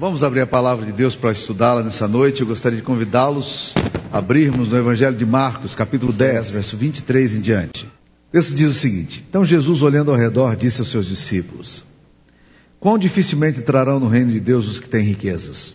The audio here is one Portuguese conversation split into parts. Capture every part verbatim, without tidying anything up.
Vamos abrir a palavra de Deus para estudá-la nessa noite. Eu gostaria de convidá-los a abrirmos no Evangelho de Marcos, capítulo dez, verso vinte e três em diante. O texto diz o seguinte: Então Jesus, olhando ao redor, disse aos seus discípulos: Quão dificilmente entrarão no reino de Deus os que têm riquezas?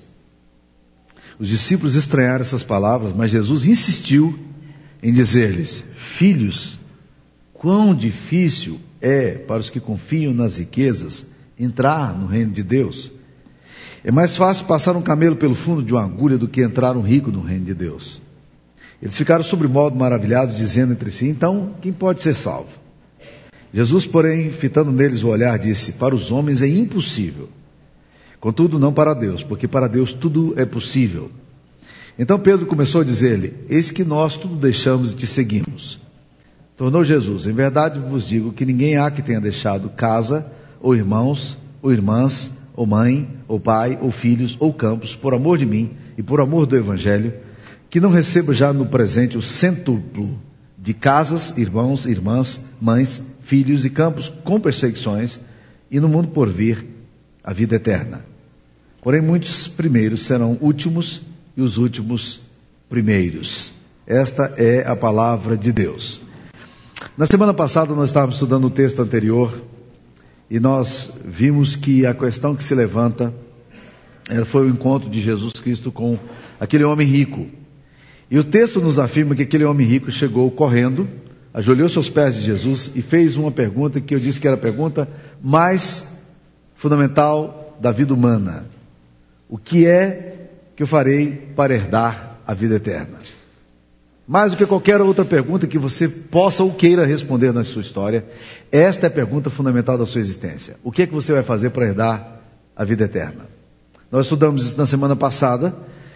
Os discípulos estranharam essas palavras, mas Jesus insistiu em dizer-lhes: Filhos, quão difícil é para os que confiam nas riquezas entrar no reino de Deus. É mais fácil passar um camelo pelo fundo de uma agulha do que entrar um rico no reino de Deus. Eles ficaram sobremodo maravilhados, dizendo entre si: Então, quem pode ser salvo? Jesus, porém, fitando neles o olhar, disse: Para os homens é impossível, contudo não para Deus, porque para Deus tudo é possível. Então Pedro começou a dizer-lhe: Eis que nós tudo deixamos e te seguimos. Tornou Jesus: Em verdade vos digo que ninguém há que tenha deixado casa, ou irmãos, ou irmãs, ou mãe, ou pai, ou filhos, ou campos, por amor de mim e por amor do Evangelho, que não receba já no presente o cêntuplo de casas, irmãos, irmãs, mães, filhos e campos com perseguições, e no mundo por vir a vida eterna. Porém muitos primeiros serão últimos, e os últimos primeiros. Esta é a palavra de Deus. Na semana passada nós estávamos estudando o texto anterior, e nós vimos que a questão que se levanta foi o encontro de Jesus Cristo com aquele homem rico. E o texto nos afirma que aquele homem rico chegou correndo, ajoelhou-se aos pés de Jesus e fez uma pergunta que eu disse que era a pergunta mais fundamental da vida humana: o que é que eu farei para herdar a vida eterna? Mais do que qualquer outra pergunta que você possa ou queira responder na sua história, esta é a pergunta fundamental da sua existência: o que é que você vai fazer para herdar a vida eterna? Nós estudamos isso na semana passada,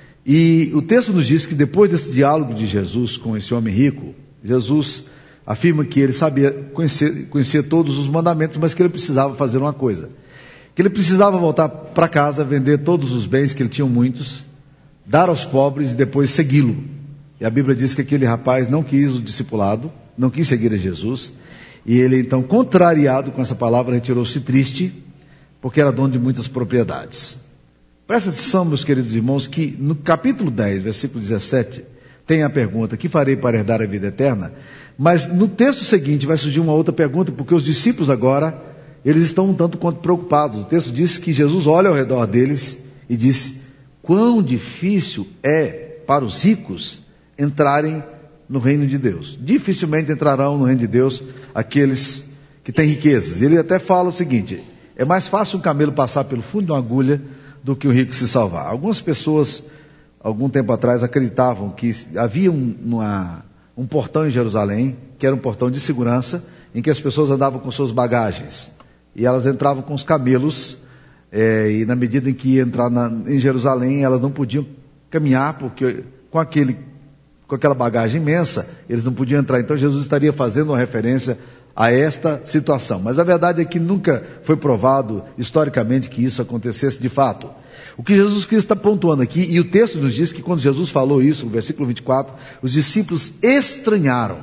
e o texto nos diz que depois desse diálogo de Jesus com esse homem rico, Jesus afirma que ele sabia, conhecer, conhecia todos os mandamentos, mas que ele precisava fazer uma coisa: que ele precisava voltar para casa, vender todos os bens, que ele tinha muitos, dar aos pobres e depois segui-lo. E a Bíblia diz que aquele rapaz não quis o discipulado, não quis seguir a Jesus, e ele então, contrariado com essa palavra, retirou-se triste, porque era dono de muitas propriedades. Presta atenção, meus queridos irmãos, que no capítulo dez, versículo dezessete, tem a pergunta: que farei para herdar a vida eterna? Mas no texto seguinte vai surgir uma outra pergunta, porque os discípulos agora, eles estão um tanto quanto preocupados. O texto diz que Jesus olha ao redor deles e disse: quão difícil é para os ricos entrarem no reino de Deus. Dificilmente entrarão no reino de Deus aqueles que têm riquezas. Ele até fala o seguinte: é mais fácil um camelo passar pelo fundo de uma agulha do que o rico se salvar. Algumas pessoas, algum tempo atrás, acreditavam que havia um, uma, um portão em Jerusalém, que era um portão de segurança, em que as pessoas andavam com suas bagagens, e elas entravam com os camelos, é, e na medida em que ia entrar na, em Jerusalém, elas não podiam caminhar, porque com aquele com aquela bagagem imensa, eles não podiam entrar. Então Jesus estaria fazendo uma referência a esta situação. Mas a verdade é que nunca foi provado historicamente que isso acontecesse de fato. O que Jesus Cristo está pontuando aqui, e o texto nos diz que quando Jesus falou isso, no versículo vinte e quatro, os discípulos estranharam.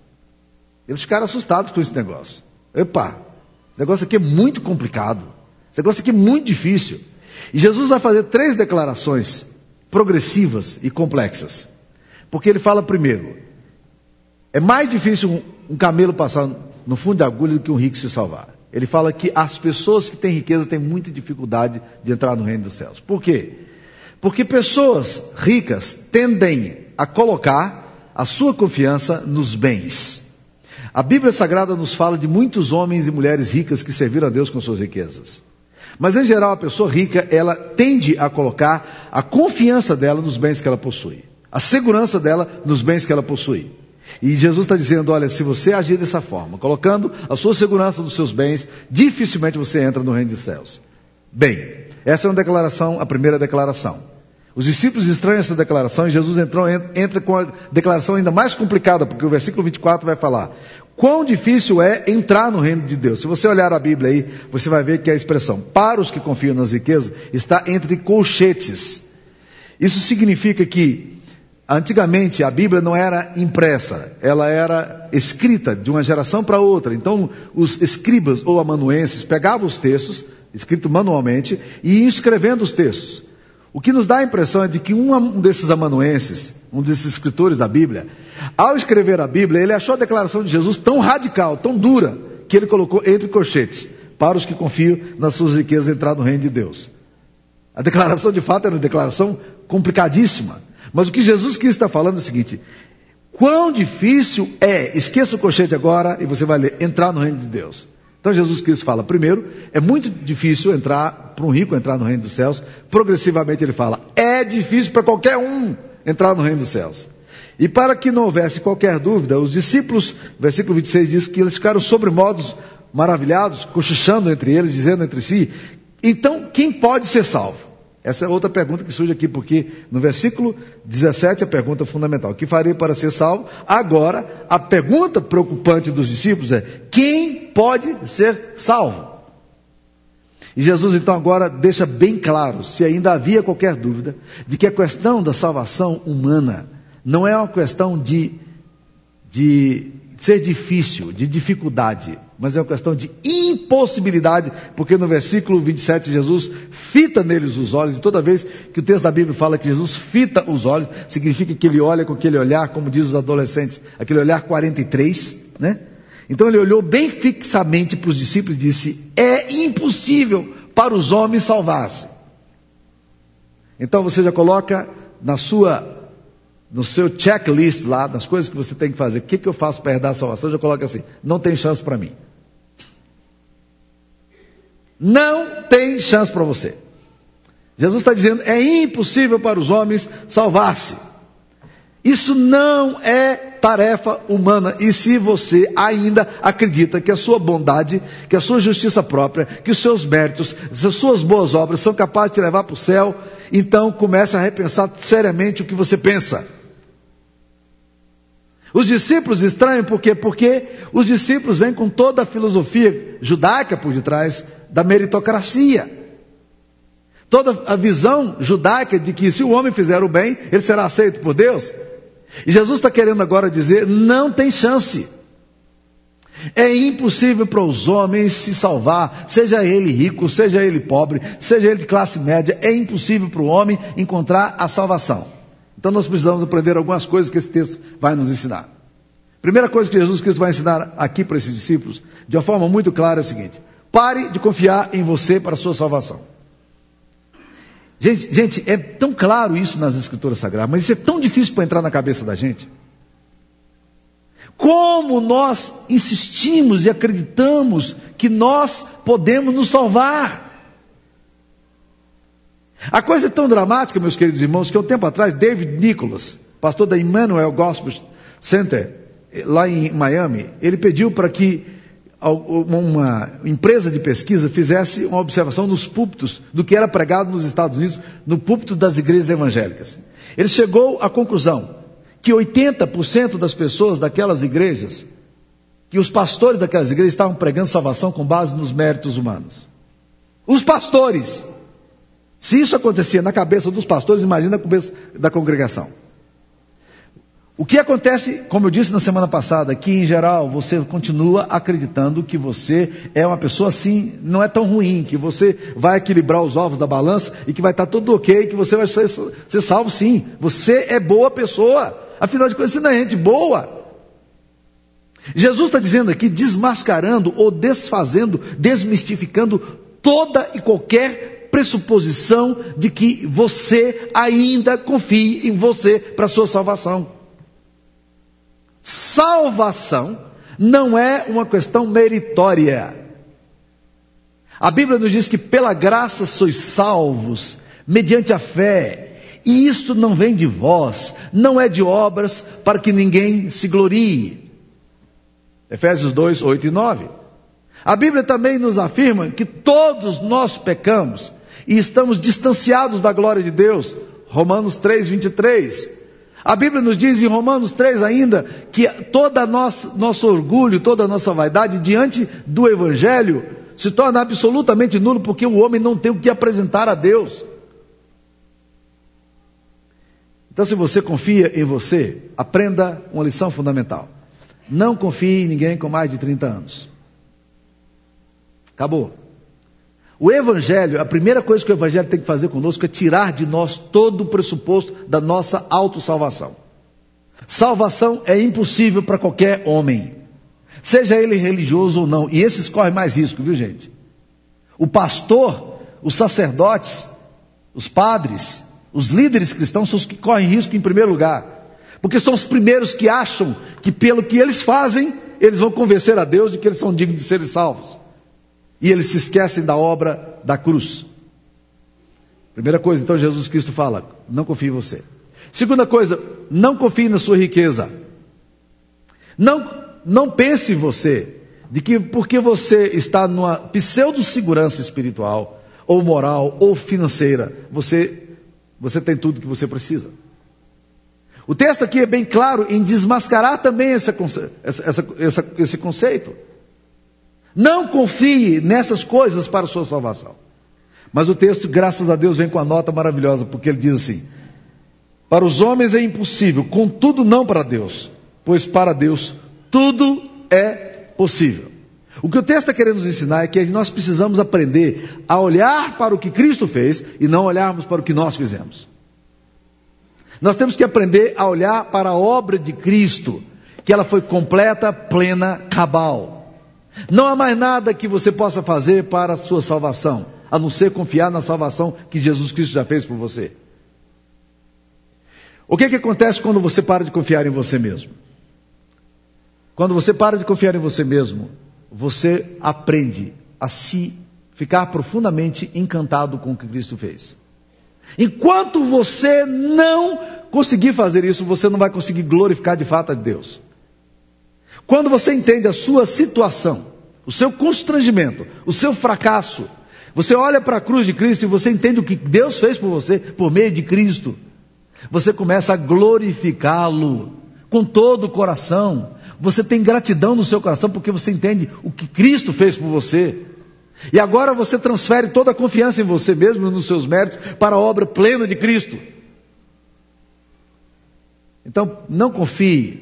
Eles ficaram assustados com esse negócio. Epa, esse negócio aqui é muito complicado. Esse negócio aqui é muito difícil. E Jesus vai fazer três declarações progressivas e complexas. Porque ele fala primeiro: é mais difícil um, um camelo passar no fundo de agulha do que um rico se salvar. Ele fala que as pessoas que têm riqueza têm muita dificuldade de entrar no reino dos céus. Por quê? Porque pessoas ricas tendem a colocar a sua confiança nos bens. A Bíblia Sagrada nos fala de muitos homens e mulheres ricas que serviram a Deus com suas riquezas. Mas em geral a pessoa rica, ela tende a colocar a confiança dela nos bens que ela possui, a segurança dela nos bens que ela possui. E Jesus está dizendo: olha, se você agir dessa forma, colocando a sua segurança nos seus bens, dificilmente você entra no reino dos céus. Bem, essa é uma declaração, a primeira declaração. Os discípulos estranham essa declaração, e Jesus entrou, entra com a declaração ainda mais complicada, porque o versículo vinte e quatro vai falar: quão difícil é entrar no reino de Deus. Se você olhar a Bíblia aí, você vai ver que a expressão para os que confiam nas riquezas está entre colchetes. Isso significa que antigamente a Bíblia não era impressa, ela era escrita de uma geração para outra. Então os escribas ou amanuenses pegavam os textos, escritos manualmente, e iam escrevendo os textos. O que nos dá a impressão é de que um desses amanuenses, um desses escritores da Bíblia, ao escrever a Bíblia, ele achou a declaração de Jesus tão radical, tão dura, que ele colocou entre colchetes, para os que confiam nas suas riquezas entrar no reino de Deus. A declaração de fato era uma declaração complicadíssima. Mas o que Jesus Cristo está falando é o seguinte: quão difícil é, esqueça o colchete agora e você vai ler, entrar no reino de Deus. Então Jesus Cristo fala, primeiro, é muito difícil entrar, para um rico entrar no reino dos céus. Progressivamente ele fala, é difícil para qualquer um entrar no reino dos céus. E para que não houvesse qualquer dúvida, os discípulos, versículo vinte e seis diz que eles ficaram sobremodos maravilhados, cochichando entre eles, dizendo entre si, então quem pode ser salvo? Essa é outra pergunta que surge aqui, porque no versículo dezessete a pergunta fundamental, o que farei para ser salvo? Agora, a pergunta preocupante dos discípulos é, quem pode ser salvo? E Jesus então agora deixa bem claro, se ainda havia qualquer dúvida, de que a questão da salvação humana não é uma questão de, de ser difícil, de dificuldade, mas é uma questão de impossibilidade, porque no versículo vinte e sete Jesus fita neles os olhos, e toda vez que o texto da Bíblia fala que Jesus fita os olhos, significa que ele olha com aquele olhar, como diz os adolescentes, aquele olhar quarenta e três, né? Então ele olhou bem fixamente para os discípulos e disse, é impossível para os homens salvar-se. Então você já coloca na sua no seu checklist lá, das coisas que você tem que fazer, o que, que eu faço para herdar a salvação? Já coloca assim, não tem chance para mim. Não tem chance para você. Jesus está dizendo, é impossível para os homens salvar-se. Isso não é tarefa humana. E se você ainda acredita que a sua bondade, que a sua justiça própria, que os seus méritos, as suas boas obras são capazes de te levar para o céu, então comece a repensar seriamente o que você pensa. Os discípulos estranham por quê? Porque os discípulos vêm com toda a filosofia judaica por detrás da meritocracia. Toda a visão judaica de que se o homem fizer o bem, ele será aceito por Deus. E Jesus está querendo agora dizer, não tem chance. É impossível para os homens se salvar, seja ele rico, seja ele pobre, seja ele de classe média, é impossível para o homem encontrar a salvação. Então nós precisamos aprender algumas coisas que esse texto vai nos ensinar. Primeira coisa que Jesus Cristo vai ensinar aqui para esses discípulos, de uma forma muito clara, é o seguinte: pare de confiar em você para a sua salvação. Gente, gente, é tão claro isso nas Escrituras Sagradas, mas isso é tão difícil para entrar na cabeça da gente. Como nós insistimos e acreditamos que nós podemos nos salvar. A coisa é tão dramática, meus queridos irmãos, que há um tempo atrás, David Nicholas, pastor da Emmanuel Gospel Center, lá em Miami, ele pediu para que uma empresa de pesquisa fizesse uma observação nos púlpitos do que era pregado nos Estados Unidos, no púlpito das igrejas evangélicas. Ele chegou à conclusão que oitenta por cento das pessoas daquelas igrejas, que os pastores daquelas igrejas estavam pregando salvação com base nos méritos humanos. Os pastores! Se isso acontecia na cabeça dos pastores, imagina na cabeça da congregação. O que acontece, como eu disse na semana passada, que em geral você continua acreditando que você é uma pessoa assim, não é tão ruim, que você vai equilibrar os ovos da balança e que vai estar tudo ok, que você vai ser, ser salvo sim. Você é boa pessoa, afinal de contas você não é gente boa. Jesus está dizendo aqui, desmascarando ou desfazendo, desmistificando toda e qualquer pressuposição de que você ainda confie em você para a sua salvação. Salvação não é uma questão meritória. A Bíblia nos diz que pela graça sois salvos, mediante a fé. E isto não vem de vós, não é de obras, para que ninguém se glorie. Efésios dois, oito e nove. A Bíblia também nos afirma que todos nós pecamos e estamos distanciados da glória de Deus. Romanos três, vinte e três. A Bíblia nos diz em Romanos três ainda, que todo nosso, nosso orgulho, toda a nossa vaidade diante do Evangelho se torna absolutamente nulo, porque o homem não tem o que apresentar a Deus. Então, se você confia em você, aprenda uma lição fundamental. Não confie em ninguém com mais de trinta anos. Acabou. O Evangelho, a primeira coisa que o Evangelho tem que fazer conosco é tirar de nós todo o pressuposto da nossa autossalvação. Salvação é impossível para qualquer homem, seja ele religioso ou não, e esses correm mais risco, viu gente? O pastor, os sacerdotes, os padres, os líderes cristãos são os que correm risco em primeiro lugar, porque são os primeiros que acham que pelo que eles fazem, eles vão convencer a Deus de que eles são dignos de serem salvos. E eles se esquecem da obra da cruz. Primeira coisa, então Jesus Cristo fala, não confie em você. Segunda coisa, não confie na sua riqueza. Não, não pense em você, de que porque você está numa pseudo-segurança espiritual, ou moral, ou financeira, você, você tem tudo que você precisa. O texto aqui é bem claro em desmascarar também essa, essa, essa, esse conceito. Não confie nessas coisas para a sua salvação. Mas o texto, graças a Deus, vem com a nota maravilhosa, porque ele diz assim: para os homens é impossível, contudo não para Deus, pois para Deus tudo é possível. O que o texto está querendo nos ensinar é que nós precisamos aprender a olhar para o que Cristo fez e não olharmos para o que nós fizemos. Nós temos que aprender a olhar para a obra de Cristo, que ela foi completa, plena, cabal. Não há mais nada que você possa fazer para a sua salvação, a não ser confiar na salvação que Jesus Cristo já fez por você. O que que acontece quando você para de confiar em você mesmo? Quando você para de confiar em você mesmo, você aprende a se ficar profundamente encantado com o que Cristo fez. Enquanto você não conseguir fazer isso, você não vai conseguir glorificar de fato a Deus. Quando você entende a sua situação, o seu constrangimento, o seu fracasso, você olha para a cruz de Cristo e você entende o que Deus fez por você, por meio de Cristo, você começa a glorificá-lo com todo o coração. Você tem gratidão no seu coração porque você entende o que Cristo fez por você. E agora você transfere toda a confiança em você mesmo e nos seus méritos para a obra plena de Cristo. Então, não confie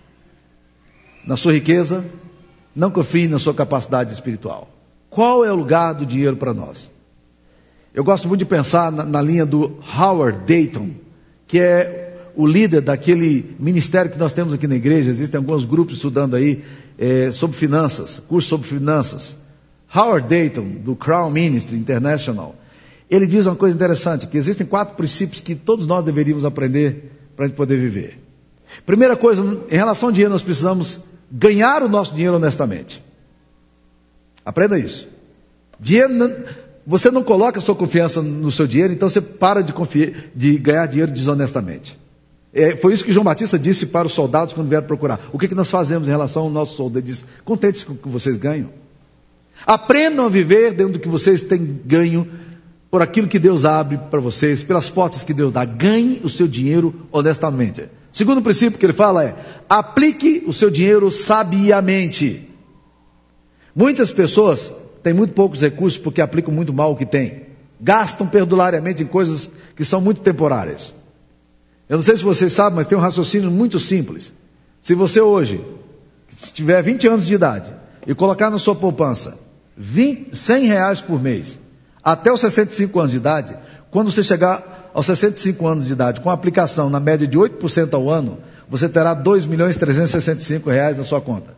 na sua riqueza, não confie na sua capacidade espiritual. Qual é o lugar do dinheiro para nós? Eu gosto muito de pensar na, na linha do Howard Dayton, que é o líder daquele ministério que nós temos aqui na igreja. Existem alguns grupos estudando aí é, sobre finanças, curso sobre finanças. Howard Dayton, do Crown Ministry International, ele diz uma coisa interessante, que existem quatro princípios que todos nós deveríamos aprender para a gente poder viver. Primeira coisa, em relação ao dinheiro, nós precisamos ganhar o nosso dinheiro honestamente. Aprenda isso. Dinheiro não, você não coloca a sua confiança no seu dinheiro, então você para de, confiar, de ganhar dinheiro desonestamente. É, foi isso que João Batista disse para os soldados quando vieram procurar. O que, que nós fazemos em relação ao nosso soldado? Ele disse: contente-se com o que vocês ganham. Aprendam a viver dentro do que vocês têm ganho, por aquilo que Deus abre para vocês, pelas portas que Deus dá. Ganhe o seu dinheiro honestamente. Segundo princípio que ele fala é: aplique o seu dinheiro sabiamente. Muitas pessoas têm muito poucos recursos porque aplicam muito mal o que têm. Gastam perdulariamente em coisas que são muito temporárias. Eu não sei se vocês sabem, mas tem um raciocínio muito simples. Se você hoje, se tiver vinte anos de idade, e colocar na sua poupança vinte, cem reais por mês, até os sessenta e cinco anos de idade, quando você chegar aos sessenta e cinco anos de idade, com a aplicação na média de oito por cento ao ano, você terá dois milhões trezentos e sessenta e cinco reais na sua conta.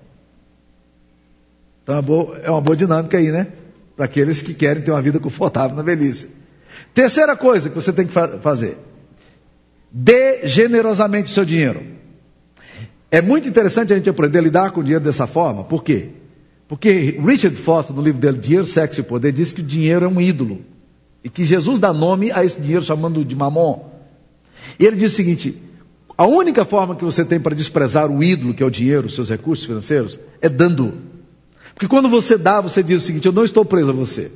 Então é uma boa, é uma boa dinâmica aí, né? Para aqueles que querem ter uma vida confortável na velhice. Terceira coisa que você tem que fa- fazer. Dê generosamente o seu dinheiro. É muito interessante a gente aprender a lidar com o dinheiro dessa forma. Por quê? Porque Richard Foster, no livro dele, Dinheiro, Sexo e Poder, diz que o dinheiro é um ídolo. E que Jesus dá nome a esse dinheiro chamando de mamon. E ele diz o seguinte: a única forma que você tem para desprezar o ídolo, que é o dinheiro, os seus recursos financeiros, é dando. Porque quando você dá, você diz o seguinte: eu não estou preso a você.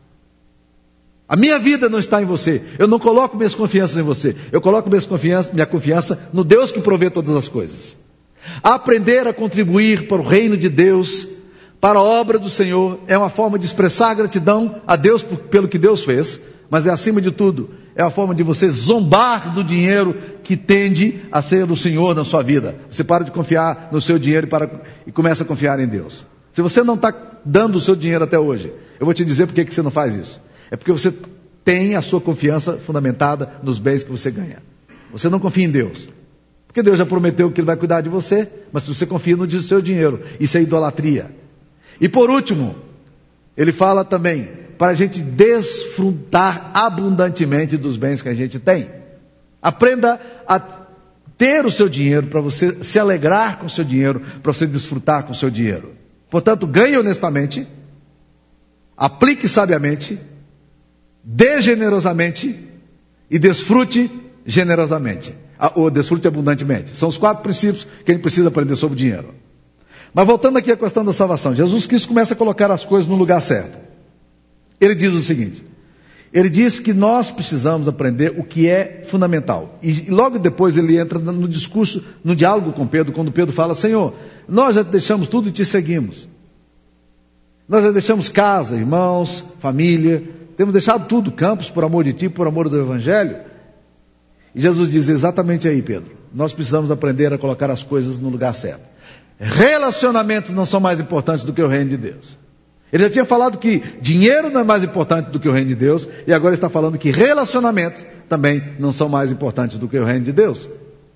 A minha vida não está em você. Eu não coloco minhas confianças em você. Eu coloco minhas confiança, minha confiança no Deus que provê todas as coisas. Aprender a contribuir para o reino de Deus, para a obra do Senhor, é uma forma de expressar gratidão a Deus por, pelo que Deus fez, mas é, acima de tudo, é uma forma de você zombar do dinheiro que tende a ser do Senhor na sua vida. Você para de confiar no seu dinheiro e, para, e começa a confiar em Deus. Se você não está dando o seu dinheiro até hoje, eu vou te dizer por que que você não faz isso. É porque você tem a sua confiança fundamentada nos bens que você ganha. Você não confia em Deus. Porque Deus já prometeu que Ele vai cuidar de você, mas se você confia no seu dinheiro, isso é idolatria. E por último, Ele fala também para a gente desfrutar abundantemente dos bens que a gente tem. Aprenda a ter o seu dinheiro para você se alegrar com o seu dinheiro, para você desfrutar com o seu dinheiro. Portanto, ganhe honestamente, aplique sabiamente, dê generosamente e desfrute generosamente, ou desfrute abundantemente. São os quatro princípios que a gente precisa aprender sobre o dinheiro. Mas voltando aqui à questão da salvação, Jesus Cristo começa a colocar as coisas no lugar certo. Ele diz o seguinte, ele diz que nós precisamos aprender o que é fundamental. E logo depois ele entra no discurso, no diálogo com Pedro, quando Pedro fala, Senhor, nós já deixamos tudo e te seguimos. Nós já deixamos casa, irmãos, família, temos deixado tudo, campos, por amor de ti, por amor do Evangelho. E Jesus diz exatamente aí, Pedro, nós precisamos aprender a colocar as coisas no lugar certo. Relacionamentos não são mais importantes do que o reino de Deus. Ele já tinha falado que dinheiro não é mais importante do que o reino de Deus, e agora ele está falando que relacionamentos também não são mais importantes do que o reino de Deus.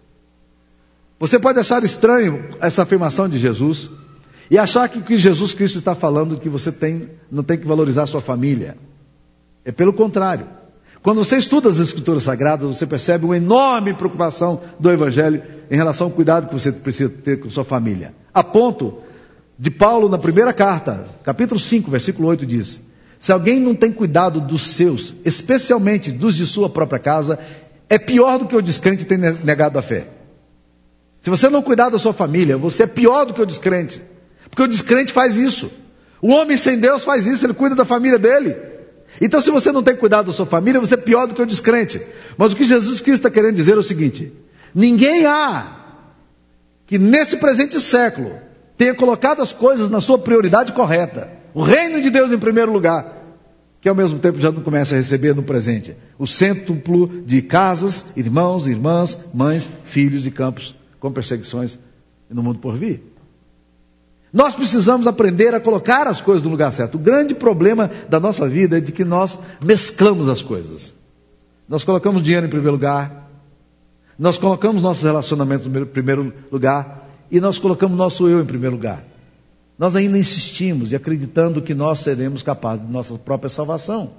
Você pode achar estranho essa afirmação de Jesus, e achar que o que Jesus Cristo está falando, que você tem, não tem que valorizar a sua família. É pelo contrário. Quando você estuda as Escrituras Sagradas, você percebe uma enorme preocupação do Evangelho em relação ao cuidado que você precisa ter com sua família. A ponto de Paulo, na primeira carta, capítulo cinco, versículo oito, diz, se alguém não tem cuidado dos seus, especialmente dos de sua própria casa, é pior do que o descrente ter negado a fé. Se você não cuidar da sua família, você é pior do que o descrente. Porque o descrente faz isso. O homem sem Deus faz isso, ele cuida da família dele. Então, se você não tem cuidado da sua família, você é pior do que o descrente. Mas o que Jesus Cristo está querendo dizer é o seguinte, ninguém há que nesse presente século tenha colocado as coisas na sua prioridade correta. O reino de Deus em primeiro lugar, que ao mesmo tempo já não começa a receber no presente o cêntuplo de casas, irmãos, irmãs, mães, filhos e campos com perseguições no mundo por vir. Nós precisamos aprender a colocar as coisas no lugar certo. O grande problema da nossa vida é de que nós mesclamos as coisas. Nós colocamos dinheiro em primeiro lugar, nós colocamos nossos relacionamentos em primeiro lugar, e nós colocamos nosso eu em primeiro lugar. Nós ainda insistimos e acreditando que nós seremos capazes de nossa própria salvação.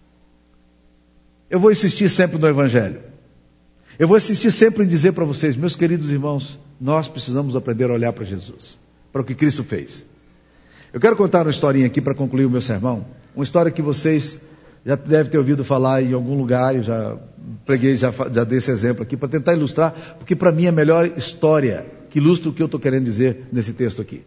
Eu vou insistir sempre no Evangelho. Eu vou insistir sempre em dizer para vocês, meus queridos irmãos, nós precisamos aprender a olhar para Jesus, para o que Cristo fez. Eu quero contar uma historinha aqui para concluir o meu sermão. Uma história que vocês já devem ter ouvido falar em algum lugar. Eu já preguei, já, já dei esse exemplo aqui para tentar ilustrar, porque para mim é a melhor história que ilustra o que eu estou querendo dizer nesse texto aqui.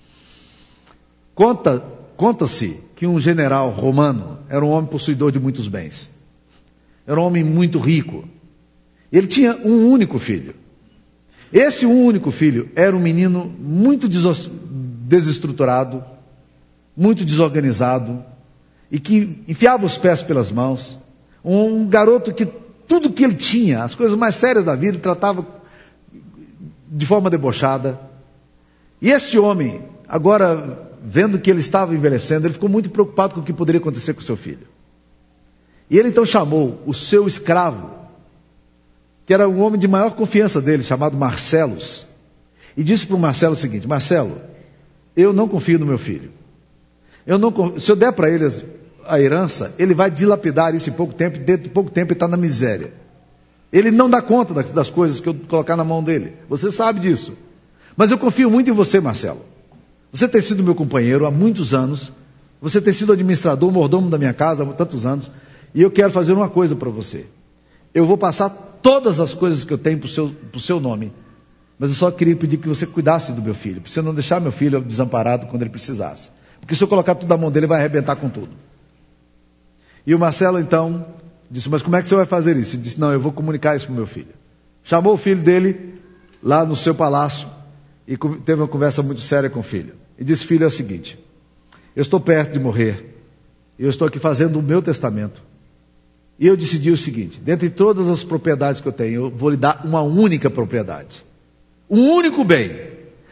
Conta, conta-se que um general romano era um homem possuidor de muitos bens. Era um homem muito rico. Ele tinha um único filho. Esse único filho era um menino muito desestruturado, muito desorganizado, e que enfiava os pés pelas mãos. Um garoto que tudo que ele tinha, as coisas mais sérias da vida, ele tratava de forma debochada. E este homem, agora vendo que ele estava envelhecendo, ele ficou muito preocupado com o que poderia acontecer com seu filho. E ele então chamou o seu escravo, que era um homem de maior confiança dele, chamado Marcelos, e disse para o Marcelo o seguinte, Marcelo, eu não confio no meu filho. Eu não, se eu der para ele a herança, ele vai dilapidar isso em pouco tempo, e dentro de pouco tempo ele está na miséria. Ele não dá conta das coisas que eu colocar na mão dele. Você sabe disso. Mas eu confio muito em você, Marcelo. Você tem sido meu companheiro há muitos anos. Você tem sido administrador, mordomo da minha casa há tantos anos. E eu quero fazer uma coisa para você. Eu vou passar todas as coisas que eu tenho para o seu, pro seu nome. Mas eu só queria pedir que você cuidasse do meu filho. Para você não deixar meu filho desamparado quando ele precisasse. Porque se eu colocar tudo na mão dele, ele vai arrebentar com tudo. E o Marcelo então disse, mas como é que você vai fazer isso? Ele disse, não, eu vou comunicar isso para o meu filho. Chamou o filho dele lá no seu palácio e teve uma conversa muito séria com o filho. E disse, filho, é o seguinte, eu estou perto de morrer, eu estou aqui fazendo o meu testamento, e eu decidi o seguinte, dentre todas as propriedades que eu tenho, eu vou lhe dar uma única propriedade, um único bem.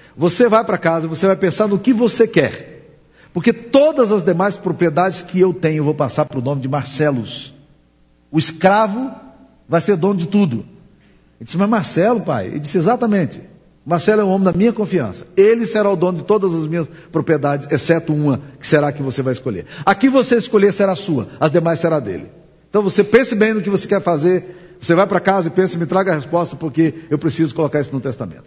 Você vai para casa e você vai pensar no que você quer. Porque todas as demais propriedades que eu tenho, eu vou passar para o nome de Marcelos. O escravo vai ser dono de tudo. Ele disse, mas Marcelo, pai? Ele disse, exatamente. Marcelo é um homem da minha confiança. Ele será o dono de todas as minhas propriedades, exceto uma, que será que você vai escolher. A que você escolher será sua, as demais será dele. Então você pense bem no que você quer fazer. Você vai para casa e pensa, me traga a resposta, porque eu preciso colocar isso no testamento.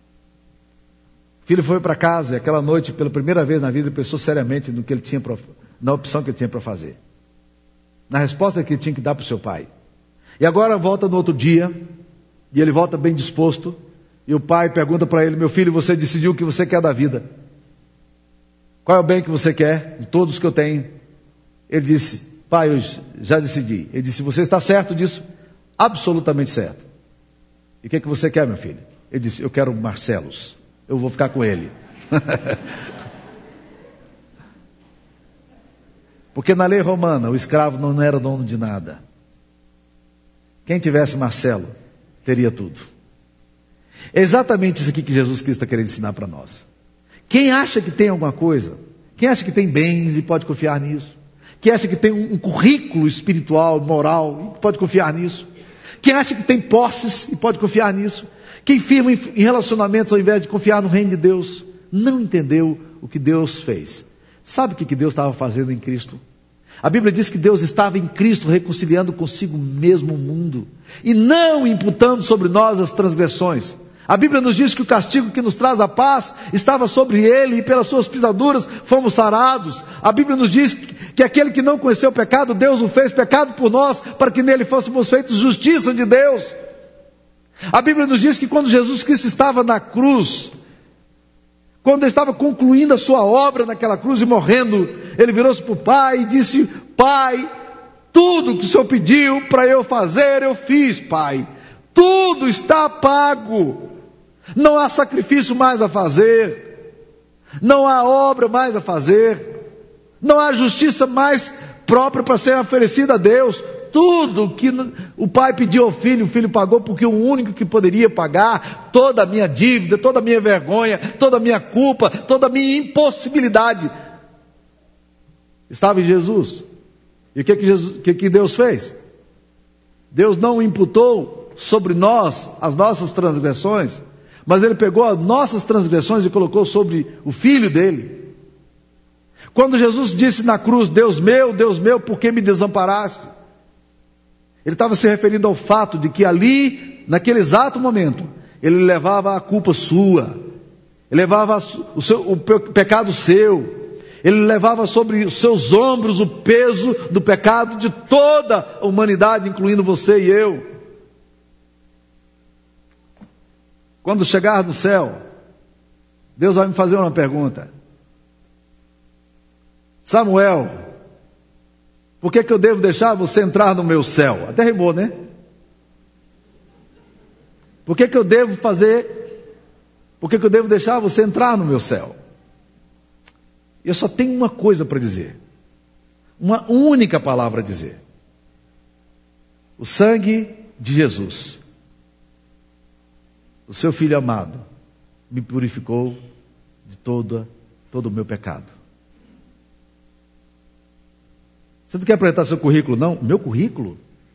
O filho foi para casa e aquela noite, pela primeira vez na vida, ele pensou seriamente no que ele tinha pra, na opção que ele tinha para fazer. Na resposta que ele tinha que dar para o seu pai. E agora volta no outro dia, e ele volta bem disposto, e o pai pergunta para ele, meu filho, você decidiu o que você quer da vida? Qual é o bem que você quer, de todos que eu tenho? Ele disse, pai, eu já decidi. Ele disse, você está certo disso? Absolutamente certo. E o que, é que você quer, meu filho? Ele disse, eu quero Marcelos, eu vou ficar com ele. Porque na lei romana, o escravo não era dono de nada. Quem tivesse Marcelo, teria tudo. É exatamente isso aqui que Jesus Cristo está querendo ensinar para nós. Quem acha que tem alguma coisa, quem acha que tem bens e pode confiar nisso, quem acha que tem um, um currículo espiritual, moral, e pode confiar nisso, quem acha que tem posses e pode confiar nisso, quem firma em, em relacionamentos ao invés de confiar no reino de Deus, não entendeu o que Deus fez. Sabe o que, que Deus estava fazendo em Cristo? A Bíblia diz que Deus estava em Cristo reconciliando consigo mesmo o mundo e não imputando sobre nós as transgressões. A Bíblia nos diz que o castigo que nos traz a paz estava sobre ele e pelas suas pisaduras fomos sarados. A Bíblia nos diz que aquele que não conheceu o pecado, Deus o fez pecado por nós para que nele fôssemos feitos justiça de Deus. A Bíblia nos diz que quando Jesus Cristo estava na cruz, quando ele estava concluindo a sua obra naquela cruz e morrendo, ele virou-se para o Pai e disse, Pai, tudo que o Senhor pediu para eu fazer, eu fiz, Pai. Tudo está pago. Não há sacrifício mais a fazer. Não há obra mais a fazer. Não há justiça mais própria para ser oferecida a Deus. Tudo que o pai pediu ao filho, o filho pagou, porque o único que poderia pagar toda a minha dívida, toda a minha vergonha, toda a minha culpa, toda a minha impossibilidade estava em Jesus. E o que que, Jesus, o que, que Deus fez? Deus não imputou sobre nós as nossas transgressões, mas Ele pegou as nossas transgressões e colocou sobre o Filho dele. Quando Jesus disse na cruz, Deus meu, Deus meu, por que me desamparaste? Ele estava se referindo ao fato de que ali, naquele exato momento, Ele levava a culpa sua, Ele levava o, seu, o pecado seu, Ele levava sobre os seus ombros o peso do pecado de toda a humanidade, incluindo você e eu. Quando chegar no céu, Deus vai me fazer uma pergunta. Samuel, por que que eu devo deixar você entrar no meu céu? Até rimou, né? Por que que eu devo fazer, por que que eu devo deixar você entrar no meu céu? Eu só tenho uma coisa para dizer. Uma única palavra a dizer. O sangue de Jesus, o seu Filho amado, me purificou de todo, todo o meu pecado. Você não quer apresentar seu currículo, não? Meu currículo?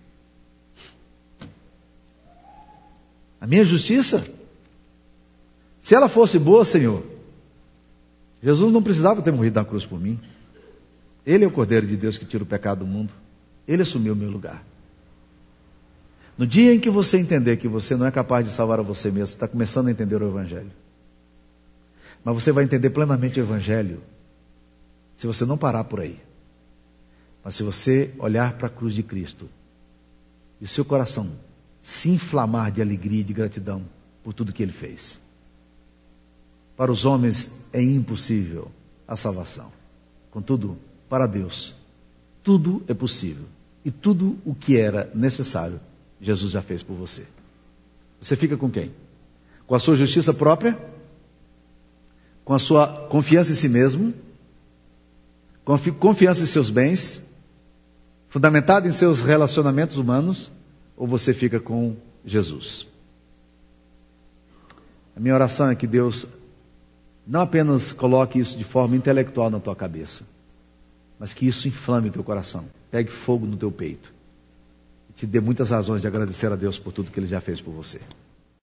A minha justiça? Se ela fosse boa, Senhor, Jesus não precisava ter morrido na cruz por mim. Ele é o Cordeiro de Deus que tira o pecado do mundo. Ele assumiu o meu lugar. No dia em que você entender que você não é capaz de salvar a você mesmo, você está começando a entender o Evangelho. Mas você vai entender plenamente o Evangelho se você não parar por aí. Mas se você olhar para a cruz de Cristo e o seu coração se inflamar de alegria e de gratidão por tudo que Ele fez. Para os homens é impossível a salvação. Contudo, para Deus, tudo é possível. E tudo o que era necessário, Jesus já fez por você. Você fica com quem? Com a sua justiça própria? Com a sua confiança em si mesmo? Com a confiança em seus bens? Fundamentado em seus relacionamentos humanos? Ou você fica com Jesus? A minha oração é que Deus Não apenas coloque isso de forma intelectual na tua cabeça, mas que isso inflame o teu coração, pegue fogo no teu peito, e te dê muitas razões de agradecer a Deus por tudo que Ele já fez por você.